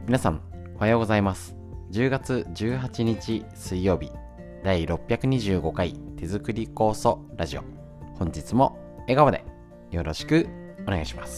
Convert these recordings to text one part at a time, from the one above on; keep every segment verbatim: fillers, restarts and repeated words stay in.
皆さんおはようございます。じゅうがつじゅうはちにち水曜日、だいろっぴゃくにじゅうごかい手作り酵素ラジオ、本日も笑顔でよろしくお願いします。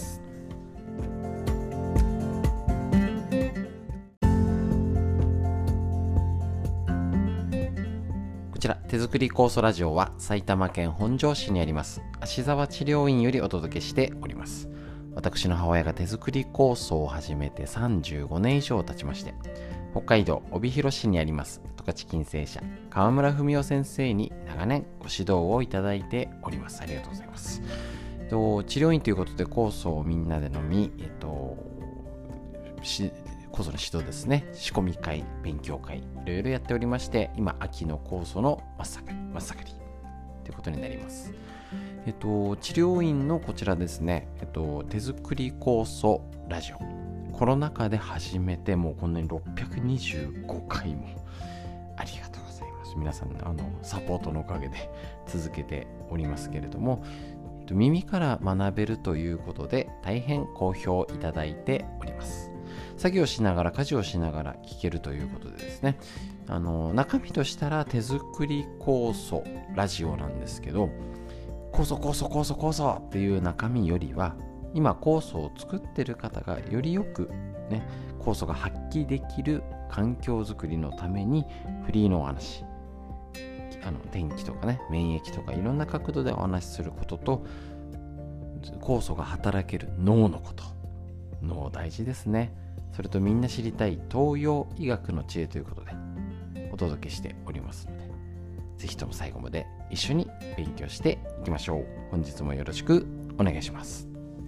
こちら手作り酵素ラジオは埼玉県本庄市にあります芦沢治療院よりお届けしております。私の母親が手作り酵素を始めてさんじゅうごねん以上経ちまして、北海道帯広市にあります十勝金星社川村文夫先生に長年ご指導をいただいております。ありがとうございます。えっと、治療院ということで酵素をみんなで飲み、えっと、し酵素の指導ですね、仕込み会、勉強会、いろいろやっておりまして、今秋の酵素の真っ盛り真っ盛りということになります。えっと、治療院のこちらですね、えっと、手作り酵素ラジオ、コロナ禍で始めてもうこんなにろっぴゃくにじゅうごかいもありがとうございます。皆さんあのサポートのおかげで続けておりますけれども、えっと、耳から学べるということで大変好評いただいております。作業しながら家事をしながら聞けるということでですね、あの中身としたら手作り酵素ラジオなんですけど、酵素酵素酵素酵素っていう中身よりは、今酵素を作ってる方がよりよくね、酵素が発揮できる環境づくりのためにフリーのお話、あの天気とかね、免疫とかいろんな角度でお話しすることと、酵素が働ける脳のこと、脳大事ですね。それとみんな知りたい東洋医学の知恵ということでお届けしておりますので、ぜひとも最後まで一緒に勉強していきましょう。本日もよろしくお願いします。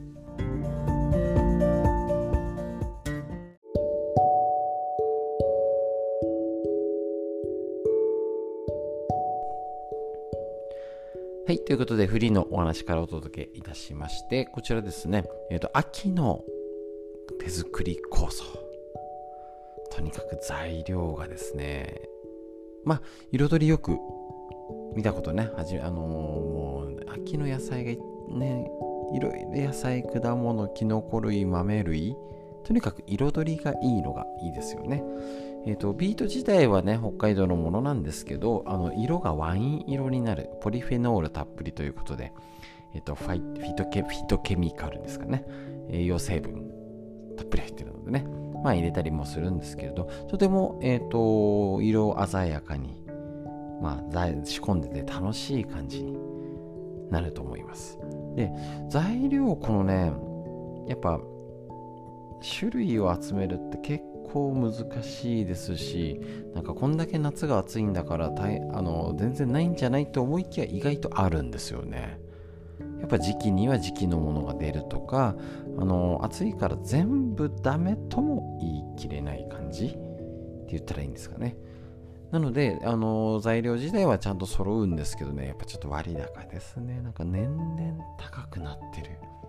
はい、ということでフリーのお話からお届けいたしまして、こちらですね、えっと秋の手作り酵素、とにかく材料がですね、まあ彩りよく見たことね、はじあのー、もう秋の野菜がね、いろいろ野菜、果物、キノコ類、豆類、とにかく彩りがいいのがいいですよね。えっとビート自体はね、北海道のものなんですけど、あの色がワイン色になる、ポリフェノールたっぷりということで、えっとファイフィトケフィトケミカルですかね、栄養成分たっぷり入ってるのでね、まあ入れたりもするんですけれど、とてもえっと色鮮やかに、まあ仕込んでて楽しい感じになると思います。で、材料、このね、やっぱ種類を集めるって結構難しいですし、なんかこんだけ夏が暑いんだから大あの全然ないんじゃないと思いきや意外とあるんですよね。やっぱ時期には時期のものが出るとか、あの暑いから全部ダメとも言い切れない感じって言ったらいいんですかね。なのであの材料自体はちゃんと揃うんですけどね、やっぱちょっと割高ですね。なんか年々高くなってる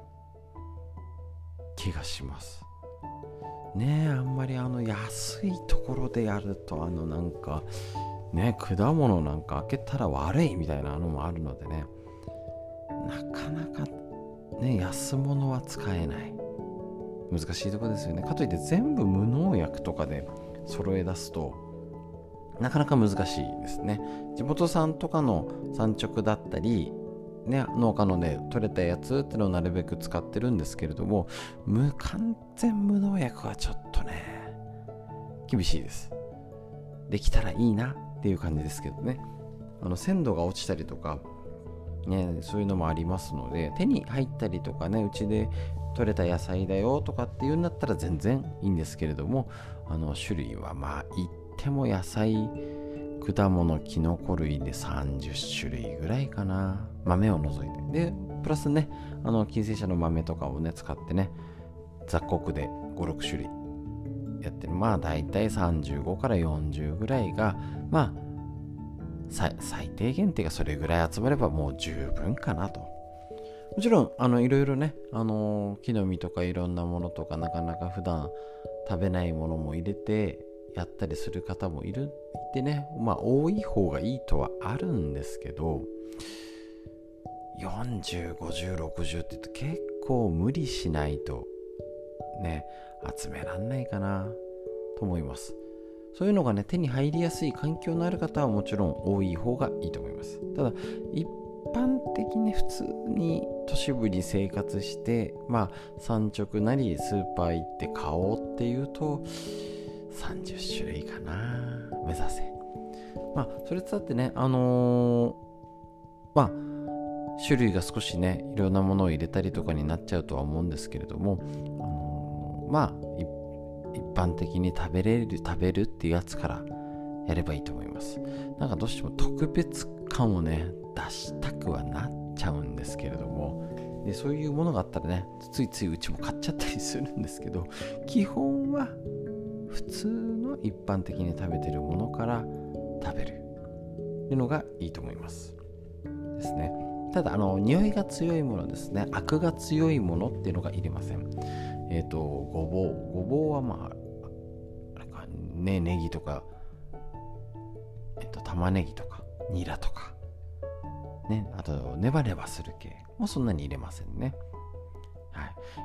気がしますね。えあんまりあの安いところでやると、あのなんかね、果物なんか開けたら悪いみたいなのもあるのでね、なかなかね、安物は使えない、難しいところですよね。かといって全部無農薬とかで揃え出すとなかなか難しいですね。地元産とかの産直だったり、ね、農家ので取れたやつっていうのをなるべく使ってるんですけれども、無完全無農薬はちょっとね厳しいです。できたらいいなっていう感じですけどね。あの鮮度が落ちたりとかね、そういうのもありますので、手に入ったりとかね、うちで採れた野菜だよとかっていうんだったら全然いいんですけれども、あの種類はまあ言っても野菜、果物、キノコ類でさんじゅっしゅるいぐらいかな、豆を除いて。でプラスね、あの金星社の豆とかをね使ってね、雑穀でご、ろくしゅるいやってる。まあだいたいさんじゅうごからよんじゅうぐらいがまあ最低限っていうか、それぐらい集まればもう十分かなと。もちろんあのいろいろね、あの木の実とかいろんなものとか、なかなか普段食べないものも入れてやったりする方もいるってね、まあ多い方がいいとはあるんですけど、よんじゅう、ごじゅう、ろくじゅうって言うと結構無理しないとね集めらんないかな。 と思います。そういうのがね手に入りやすい環境のある方はもちろん多い方がいいと思います。ただ一般的に普通に都市部に生活してまあ産直なりスーパー行って買おうっていうとさんじゅっしゅるいかな目指せ。まあそれつだってねあのー、まあ種類が少しねいろんなものを入れたりとかになっちゃうとは思うんですけれども、あのー、まあ一般的に食べれる食べるっていうやつからやればいいと思います。なんかどうしても特別感をね出したくはなっちゃうんですけれども、でそういうものがあったらねついついうちも買っちゃったりするんですけど、基本は普通の一般的に食べてるものから食べるっていうのがいいと思いますですね。ただあの匂いが強いものですね、アクが強いものっていうのが入れません。えっ、ー、とごぼうごぼうはまああれかねネギとかえっ、ー、と玉ねぎとかニラとかね、あとネバネバする系もそんなに入れませんね。はい、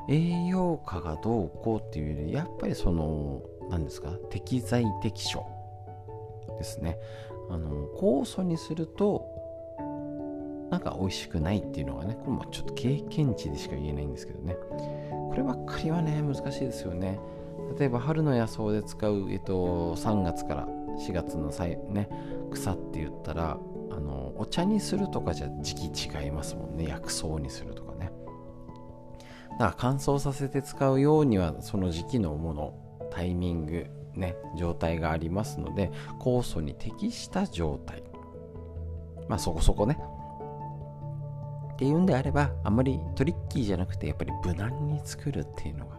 栄養価がどうこうっていうよりやっぱりその何ですか適材適所ですね。あの酵素にするとなんか美味しくないっていうのがね、これもちょっと経験値でしか言えないんですけどね、こればっかりはね難しいですよね。例えば春の野草で使う、えっと、さんがつからしがつの際、ね、草って言ったらあのお茶にするとかじゃ時期違いますもんね。薬草にするとかね。だから乾燥させて使うようにはその時期のものタイミングね状態がありますので、酵素に適した状態まあそこそこねっていうんであれば、あんまりトリッキーじゃなくてやっぱり無難に作るっていうのが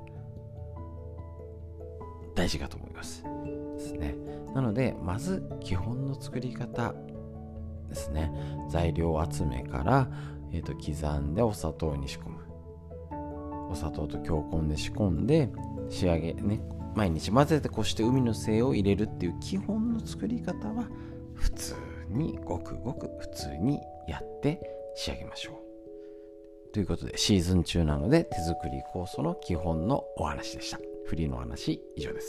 大事かと思いますですね。なのでまず基本の作り方ですね。材料集めから、えーと、刻んでお砂糖に仕込む、お砂糖と強根で仕込んで仕上げね、毎日混ぜてこして海の精を入れるっていう基本の作り方は普通にごくごく普通にやって仕上げましょうということで、シーズン中なので手作り酵素の基本のお話でした。フリーのお話以上です。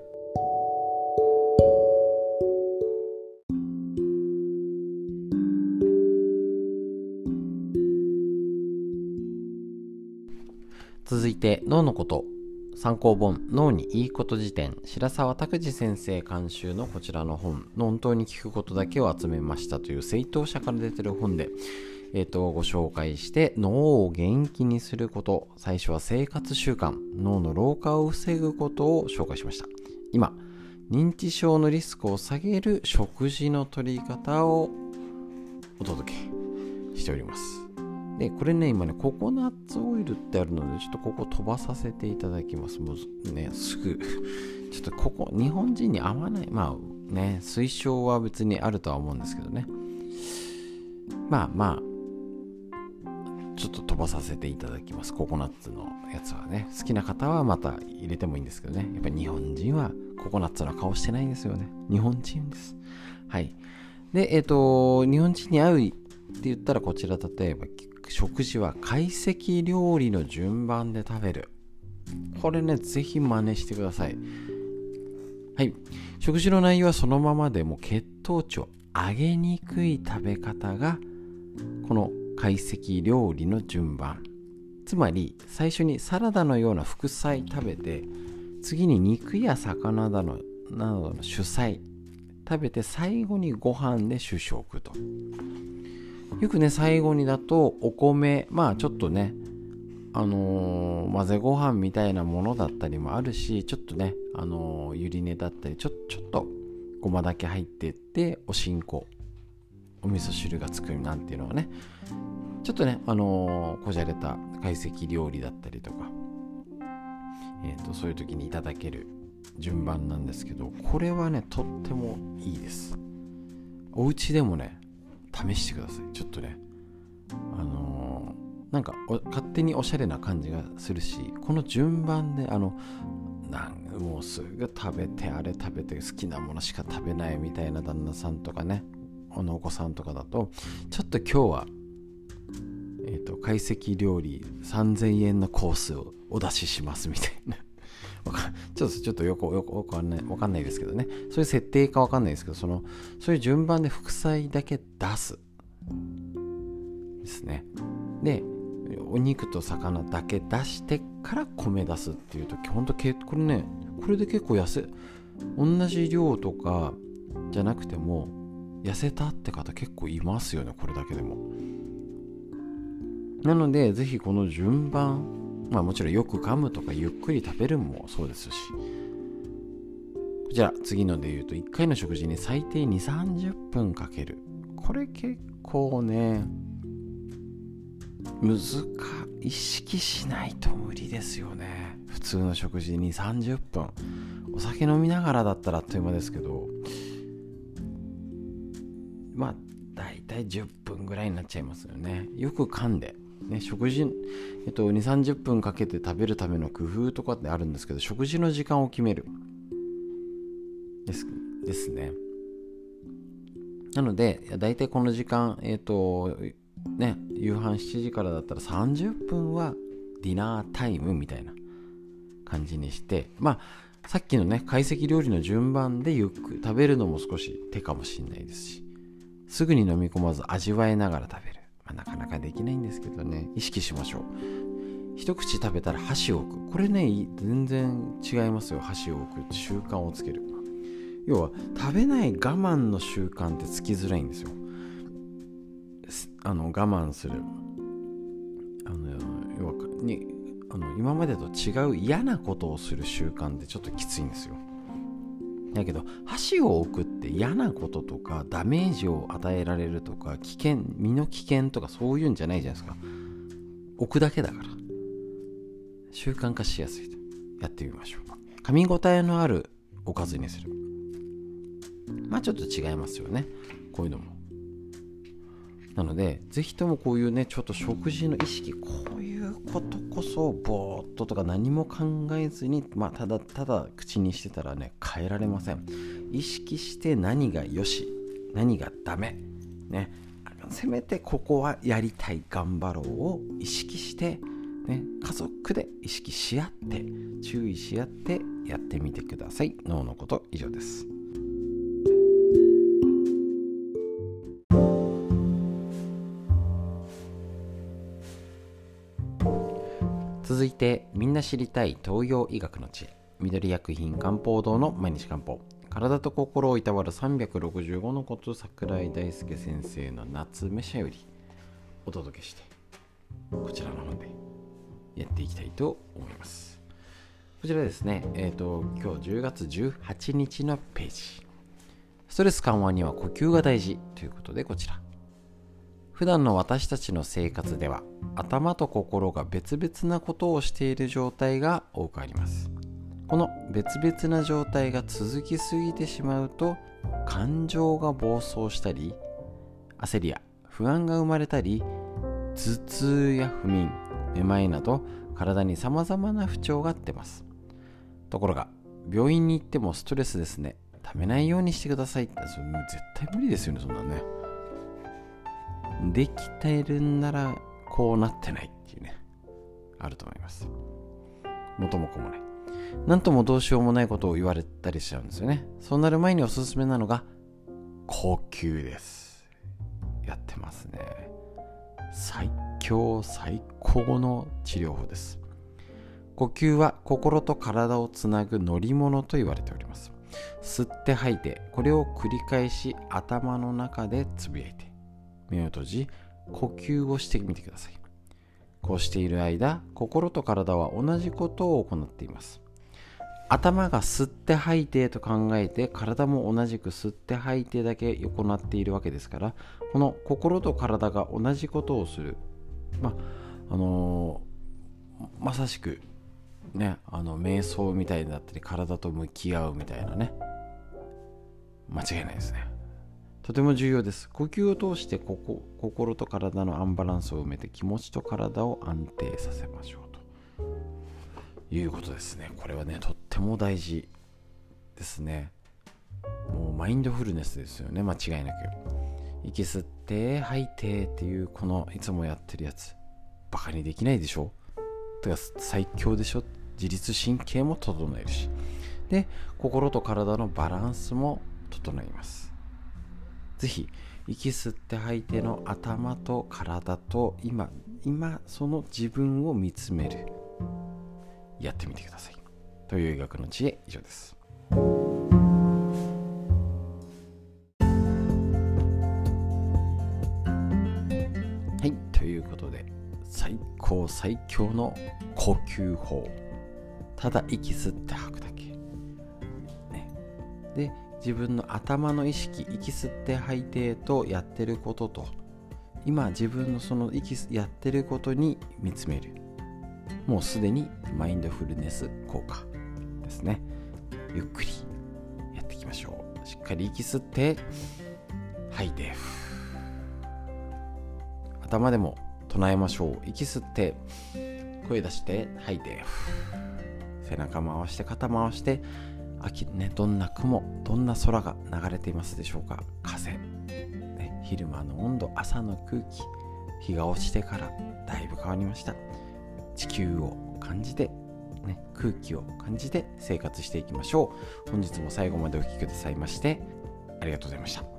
続いて脳のこと参考本脳にいいこと辞典、白澤拓司先生監修のこちらの本、本当に聞くことだけを集めましたという正当社から出てる本で、えーと、ご紹介して脳を元気にすること、最初は生活習慣、脳の老化を防ぐことを紹介しました。今認知症のリスクを下げる食事の取り方をお届けしております。でこれね今ねココナッツオイルってあるのでちょっとここ飛ばさせていただきます。もうねすぐちょっとここ日本人に合わない、まあね推奨は別にあるとは思うんですけどね、まあまあちょっと飛ばさせていただきます。ココナッツのやつはね好きな方はまた入れてもいいんですけどね、やっぱり日本人はココナッツの顔してないんですよね。日本人です。はい。でえっ、ー、と日本人に合うって言ったらこちら、例えば食事は懐石料理の順番で食べる。これねぜひ真似してください。はい。食事の内容はそのままでも血糖値を上げにくい食べ方がこの懐石料理の順番。つまり最初にサラダのような副菜食べて、次に肉や魚などの主菜食べて、最後にご飯で主食と。よくね最後にだとお米、まあちょっとねあのー、混ぜご飯みたいなものだったりもあるし、ちょっとねあのー、ゆり根だったりちょちょっとごまだけ入ってって、おしんこお味噌汁がつくなんていうのはねちょっとねあのー、こじゃれた懐石料理だったりとか、えーとそういう時にいただける順番なんですけど、これはねとってもいいです。お家でもね試してください。ちょっとねあのー、なんか勝手におしゃれな感じがするし、この順番であのなんもうすぐ食べてあれ食べて好きなものしか食べないみたいな旦那さんとかね、あのお子さんとかだとちょっと今日はえっと懐石料理さんぜんえんのコースをお出ししますみたいなわかちょっとちょっとよくよくわかんないわかんないですけどね、そういう設定かわかんないですけど、そのそういう順番で副菜だけ出すですね。でお肉と魚だけ出してから米出すっていうと、ほんとこれね、これで結構痩せ同じ量とかじゃなくても痩せたって方結構いますよね、これだけでも。なのでぜひこの順番、まあもちろんよく噛むとかゆっくり食べるもそうですし、こちら次ので言うといっかいの食事に最低にじゅうさんじゅっぷんかける。これ結構ね難意識しないと無理ですよね。普通の食事にさんじゅっぷん、お酒飲みながらだったらあっという間ですけど、まあだいたいじゅっぷんぐらいになっちゃいますよね。よく噛んでね、食事、えっと、にじゅうさんじゅっぷんかけて食べるための工夫とかってあるんですけど、食事の時間を決めるですですね。なのでだいたいこの時間、えっとね、夕飯しちじからだったらさんじゅっぷんはディナータイムみたいな感じにして、まあさっきのね懐石料理の順番でゆっくり食べるのも少し手かもしれないですし、すぐに飲み込まず味わいながら食べる、まあ、なかなかできないんですけどね、意識しましょう。一口食べたら箸を置く、これね全然違いますよ。箸を置く習慣をつける。要は食べない我慢の習慣ってつきづらいんですよ。あの我慢する、あの要はにあの今までと違う嫌なことをする習慣ってちょっときついんですよ。だけど箸を置くって嫌なこととかダメージを与えられるとか危険身の危険とかそういうんじゃないじゃないですか。置くだけだから習慣化しやすいと。やってみましょう。噛み応えのあるおかずにする。まあちょっと違いますよね、こういうのも。なのでぜひともこういうねちょっと食事の意識、こういうことこそぼーっととか何も考えずに、まあ、ただただ口にしてたらね変えられません。意識して何がよし何がダメね、せめてここはやりたい頑張ろうを意識して、ね、家族で意識し合って注意し合ってやってみてください。脳のこと以上です。続いてみんな知りたい東洋医学の知恵、緑薬品漢方堂の毎日漢方、体と心をいたわるさんびゃくろくじゅうごのこと桜井大輔先生の夏目社よりお届けして、こちらの本でやっていきたいと思います。こちらですね、えっと今日じゅうがつじゅうはちにちのページ、ストレス緩和には呼吸が大事ということで、こちら普段の私たちの生活では頭と心が別々なことをしている状態が多くあります。この別々な状態が続きすぎてしまうと感情が暴走したり、焦りや不安が生まれたり、頭痛や不眠、めまいなど体に様々な不調が出ます。ところが病院に行ってもストレスですね、ためないようにしてくださいって、それ絶対無理ですよね、そんなね。できてるんならこうなってないっていうね、あると思います。元も子もない、なんともどうしようもないことを言われたりしちゃうんですよね。そうなる前におすすめなのが呼吸です。やってますね。最強最高の治療法です。呼吸は心と体をつなぐ乗り物と言われております。吸って吐いて、これを繰り返し頭の中でつぶやいて、目を閉じ呼吸をしてみてください。こうしている間、心と体は同じことを行っています。頭が吸って吐いてと考えて、体も同じく吸って吐いてだけ行っているわけですから、この心と体が同じことをする、まあのー、まさしくね、あの瞑想みたいになったり体と向き合うみたいなね、間違いないですね。とても重要です。呼吸を通してここ心と体のアンバランスを埋めて気持ちと体を安定させましょうということですね。これはねとっても大事ですね。もうマインドフルネスですよね、間違いなく。息吸って吐いてっていうこのいつもやってるやつバカにできないでしょ、てか最強でしょっ自律神経も整えるし、で心と体のバランスも整います。ぜひ息吸って吐いての頭と体と今今その自分を見つめる、やってみてください。という医学の知恵、以上です。はい、ということで最高最強の呼吸法、ただ息吸って吐くだけ、ね、で自分の頭の意識、息吸って吐いてとやってることと、今自分のその息やってることに見つめる、もうすでにマインドフルネス効果ですね。ゆっくりやっていきましょう。しっかり息吸って吐いて、頭でも唱えましょう。息吸って声出して吐いて、背中回して肩回して、秋ね、どんな雲、どんな空が流れていますでしょうか。風、ね、昼間の温度、朝の空気、日が落ちてからだいぶ変わりました。地球を感じて、ね、空気を感じて生活していきましょう。本日も最後までお聞きくださいましてありがとうございました。